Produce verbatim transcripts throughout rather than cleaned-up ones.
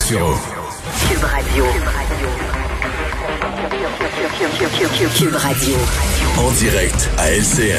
Taillefer-Duros. Cube Radio. Cube Radio. En direct à L C N.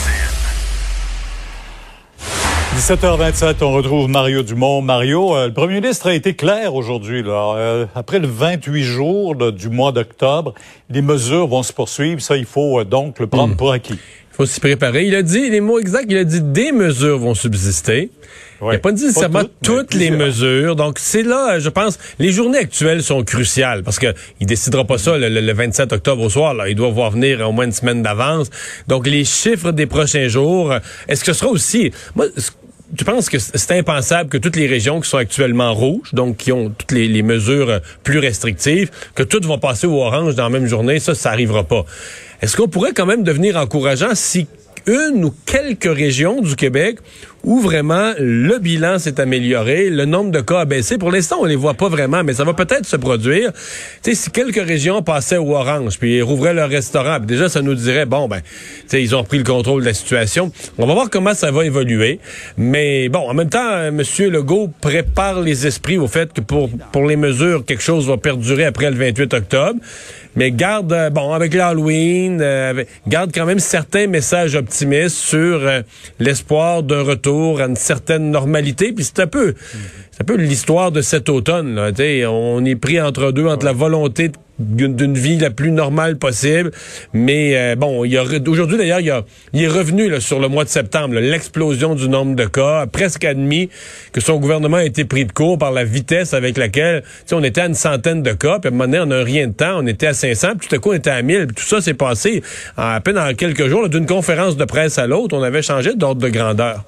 dix-sept heures vingt-sept, on retrouve Mario Dumont. Mario, euh, le premier ministre a été clair aujourd'hui. Là. Euh, après le vingt-huit jours là, du mois d'octobre, les mesures vont se poursuivre. Ça, il faut euh, donc le prendre mmh. pour acquis. Il faut s'y préparer. Il a dit, les mots exacts, il a dit des mesures vont subsister. Ouais, il n'a pas dit nécessairement toutes, toutes les mesures. Donc, c'est là, je pense, les journées actuelles sont cruciales parce que il décidera pas ça le, le, le vingt-sept octobre au soir. Là. Il doit voir venir au moins une semaine d'avance. Donc, les chiffres des prochains jours, est-ce que ce sera aussi... Moi, je pense que c'est impensable que toutes les régions qui sont actuellement rouges, donc qui ont toutes les, les mesures plus restrictives, que toutes vont passer au orange dans la même journée. Ça, ça arrivera pas. Est-ce qu'on pourrait quand même devenir encourageant si une ou quelques régions du Québec où vraiment le bilan s'est amélioré, le nombre de cas a baissé. Pour l'instant, on les voit pas vraiment, mais ça va peut-être se produire. Tu sais, si quelques régions passaient au orange, puis ils rouvraient leur restaurant, puis déjà, ça nous dirait, bon, ben, tu sais, ils ont pris le contrôle de la situation. On va voir comment ça va évoluer. Mais bon, en même temps, M. Legault prépare les esprits au fait que pour, pour les mesures, quelque chose va perdurer après le vingt-huit octobre. Mais garde, euh, bon, avec l'Halloween, euh, garde quand même certains messages optimistes sur euh, l'espoir d'un retour à une certaine normalité. Puis c'est un peu, c'est un peu l'histoire de cet automne. Là. T'sais, on est pris entre deux, entre la volonté d'une, d'une vie la plus normale possible. Mais euh, bon, il y a aujourd'hui d'ailleurs, il, y a, il est revenu là, sur le mois de septembre, là, l'explosion du nombre de cas, presque admis que son gouvernement a été pris de court par la vitesse avec laquelle, on était à une centaine de cas, puis à un moment donné, en un rien de temps, on était à cinq cents, puis tout à coup, on était à mille, puis tout ça s'est passé en, à peine en quelques jours, là, d'une conférence de presse à l'autre, on avait changé d'ordre de grandeur.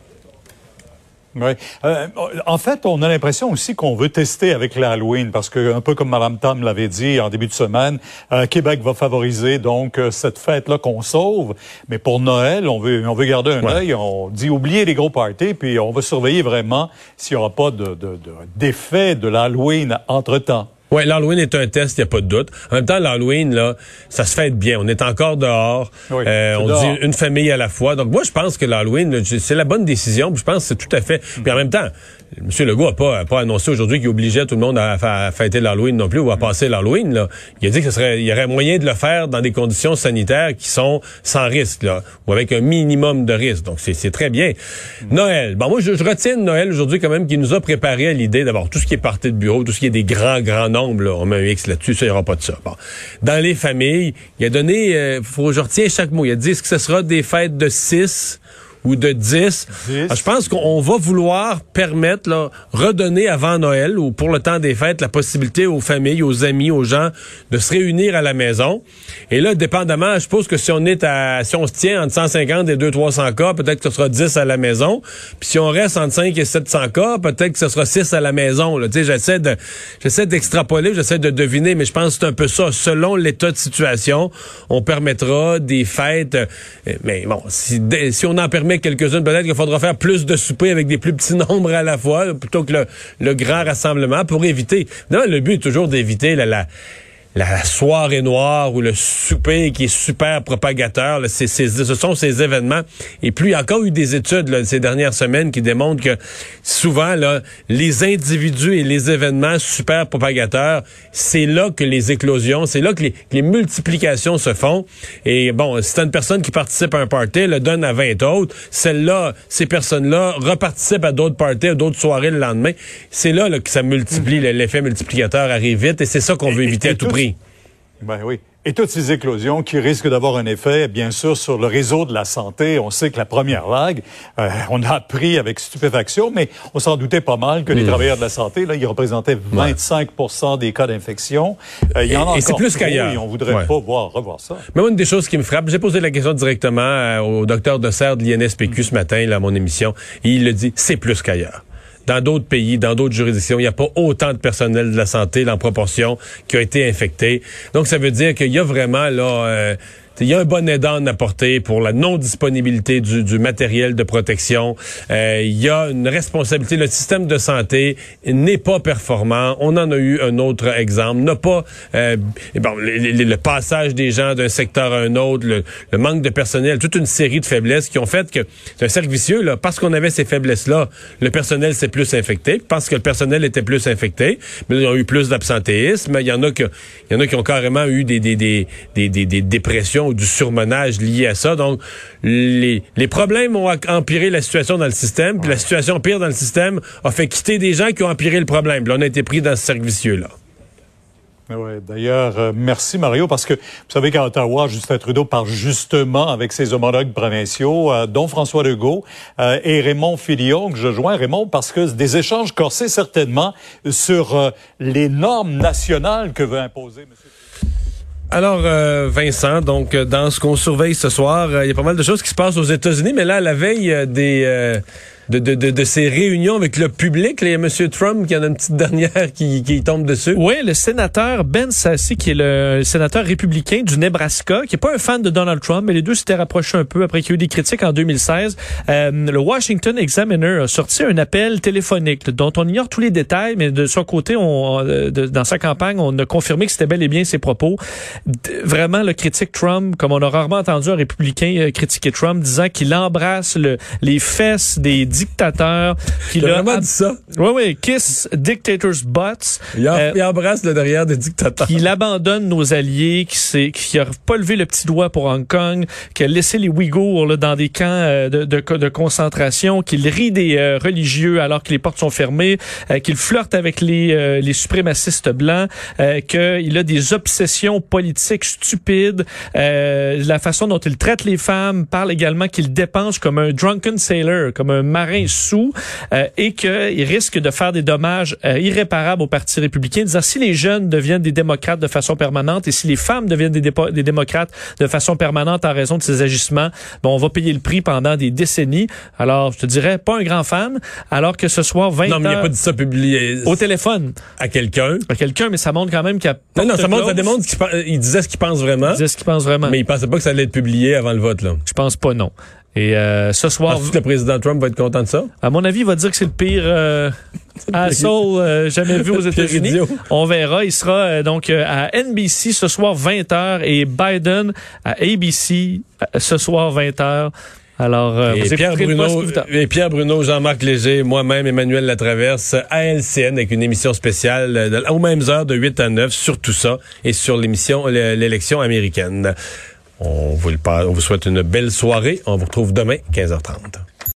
Oui. Euh, en fait, on a l'impression aussi qu'on veut tester avec l'Halloween parce que, un peu comme Mme Tam l'avait dit en début de semaine, euh, Québec va favoriser donc euh, cette fête-là qu'on sauve. Mais pour Noël, on veut on veut garder un ouais. œil. On dit oubliez les gros parties, puis on va surveiller vraiment s'il n'y aura pas de, de, de, d'effet de l'Halloween entre-temps. Oui, l'Halloween est un test, il n'y a pas de doute. En même temps, l'Halloween, là, ça se fête bien. On est encore dehors. Oui, euh, on dehors. dit une famille à la fois. Donc, moi, je pense que l'Halloween, là, c'est la bonne décision. Puis je pense que c'est tout à fait... Puis en même temps, M. Legault n'a pas, a pas annoncé aujourd'hui qu'il obligeait tout le monde à, à fêter l'Halloween non plus ou à passer l'Halloween, là. Il a dit que ce serait, il y aurait moyen de le faire dans des conditions sanitaires qui sont sans risque, là, ou avec un minimum de risque. Donc, c'est, c'est très bien. Mm. Noël. Bon, moi, je, je retiens de Noël aujourd'hui quand même qui nous a préparé à l'idée d'avoir tout ce qui est partie de bureau, tout ce qui est des grands, grands nombres, là. On met un X là-dessus, ça, il n'y aura pas de ça. Bon. Dans les familles, il a donné, euh, faut, je retiens chaque mot. Il a dit, est-ce que ce sera des fêtes de six ou de dix. Alors, je pense qu'on va vouloir permettre, là, redonner avant Noël ou pour le temps des fêtes la possibilité aux familles, aux amis, aux gens de se réunir à la maison. Et là, dépendamment, je suppose que si on est à, si on se tient entre cent cinquante et deux cents trois cents cas, peut-être que ce sera dix à la maison. Puis si on reste entre cinq et sept cents cas, peut-être que ce sera six à la maison, là. Tu sais, j'essaie de, j'essaie d'extrapoler, j'essaie de deviner, mais je pense que c'est un peu ça. Selon l'état de situation, on permettra des fêtes, mais bon, si, si on en permet quelques-unes, peut-être qu'il faudra faire plus de soupers avec des plus petits nombres à la fois, plutôt que le, le grand rassemblement, pour éviter. Non, le but est toujours d'éviter la, la, la soirée noire ou le souper qui est super propagateur. Là, c'est, c'est, ce sont ces événements. Et puis, il y a encore eu des études là, ces dernières semaines qui démontrent que souvent, là, les individus et les événements super propagateurs, c'est là que les éclosions, c'est là que les, que les multiplications se font. Et bon, si t'as une personne qui participe à un party, le donne à vingt autres, celle-là, ces personnes-là reparticipent à d'autres parties, à d'autres soirées le lendemain. C'est là, là que ça multiplie, mmh. l'effet multiplicateur arrive vite et c'est ça qu'on veut éviter à tout prix. Ben oui. Et toutes ces éclosions qui risquent d'avoir un effet, bien sûr, sur le réseau de la santé. On sait que la première vague, euh, on a appris avec stupéfaction, mais on s'en doutait pas mal que mmh. les travailleurs de la santé, là, ils représentaient vingt-cinq pour cent des cas d'infection. Euh, il y en a encore et c'est plus qu'ailleurs. Et on voudrait ouais. pas voir, revoir ça. Mais une des choses qui me frappe, j'ai posé la question directement euh, au docteur Dessert de l'I N S P Q mmh. ce matin, là, à mon émission, et il le dit, c'est plus qu'ailleurs. Dans d'autres pays, dans d'autres juridictions, il n'y a pas autant de personnel de la santé en proportion qui a été infecté. Donc, ça veut dire qu'il y a vraiment là euh, il y a un bonnet d'âne à porter pour la non-disponibilité du, du matériel de protection. Euh, il y a une responsabilité. Le système de santé n'est pas performant. On en a eu un autre exemple. N'a pas euh, bon, le, le, le passage des gens d'un secteur à un autre, le, le manque de personnel, toute une série de faiblesses qui ont fait que c'est un cercle vicieux. Là, parce qu'on avait ces faiblesses-là, le personnel s'est plus infecté. Parce que le personnel était plus infecté, mais il y a eu plus d'absentéisme. Il y en a que, il y en a qui ont carrément eu des, des, des, des, des, des dépressions ou du surmenage lié à ça. Donc, les, les problèmes ont empiré la situation dans le système, puis la situation pire dans le système a fait quitter des gens qui ont empiré le problème. Puis là, on a été pris dans ce cercle vicieux-là. Oui, d'ailleurs, euh, merci Mario, parce que vous savez qu'à Ottawa, Justin Trudeau parle justement avec ses homologues provinciaux, euh, dont François Legault euh, et Raymond Filion, que je joins Raymond, parce que des échanges corsés certainement sur euh, les normes nationales que veut imposer M. Alors, euh, Vincent, donc dans ce qu'on surveille ce soir, il euh, y a pas mal de choses qui se passent aux États-Unis, mais là, à la veille euh, des... Euh De, de, de, de ces réunions avec le public. Là, il y a M. Trump qui en a une petite dernière qui, qui tombe dessus. Oui, le sénateur Ben Sasse, qui est le sénateur républicain du Nebraska, qui est pas un fan de Donald Trump, mais les deux s'étaient rapprochés un peu après qu'il y a eu des critiques en deux mille seize. Euh, le Washington Examiner a sorti un appel téléphonique là, dont on ignore tous les détails, mais de son côté, on, de, dans sa campagne, on a confirmé que c'était bel et bien ses propos. D- vraiment, le critique Trump, comme on a rarement entendu un républicain euh, critiquer Trump, disant qu'il embrasse le, les fesses des dictateur qui l'a l'a vraiment dit ça. Oui, oui, kiss dictators' butts. Il, en, euh, il embrasse le derrière des dictateurs. Qu'il abandonne nos alliés, qui s'est, qui a pas levé le petit doigt pour Hong Kong, qui a laissé les Ouïghours là, dans des camps euh, de, de, de concentration, qu'il rit des euh, religieux alors que les portes sont fermées, euh, qu'il flirte avec les, euh, les suprémacistes blancs, euh, qu'il a des obsessions politiques stupides, euh, la façon dont il traite les femmes, parle également qu'il dépense comme un drunken sailor, comme un marin sous, euh, et qu'il risque de faire des dommages euh, irréparables au Parti républicain, disant si les jeunes deviennent des démocrates de façon permanente et si les femmes deviennent des, dépo- des démocrates de façon permanente en raison de ces agissements, bon, on va payer le prix pendant des décennies. Alors, je te dirais, pas un grand fan, alors que ce soir, vingt non, mais il heures, n'a pas dit ça publié au téléphone. À quelqu'un. À quelqu'un, mais ça montre quand même qu'il y a... Non, non, ça, montre, ça démontre qu'il il disait ce qu'il pense vraiment. Il disait ce qu'il pense vraiment. Mais il pensait pas que ça allait être publié avant le vote, là. Je pense pas, non. Et euh, ce soir... Penses-tu que le président Trump va être content de ça? À mon avis, il va dire que c'est le pire euh, asshole euh, jamais vu aux États-Unis. On verra. Il sera euh, donc euh, à N B C ce soir vingt heures et Biden à A B C euh, ce soir vingt heures. Alors, euh, et, vous Pierre Bruno, et Pierre Bruno, Jean-Marc Léger, moi-même, Emmanuel Latraverse, à L C N avec une émission spéciale de, aux mêmes heures de huit à neuf sur tout ça et sur l'émission l'élection américaine. On vous, le, on vous souhaite une belle soirée. On vous retrouve demain, quinze heures trente.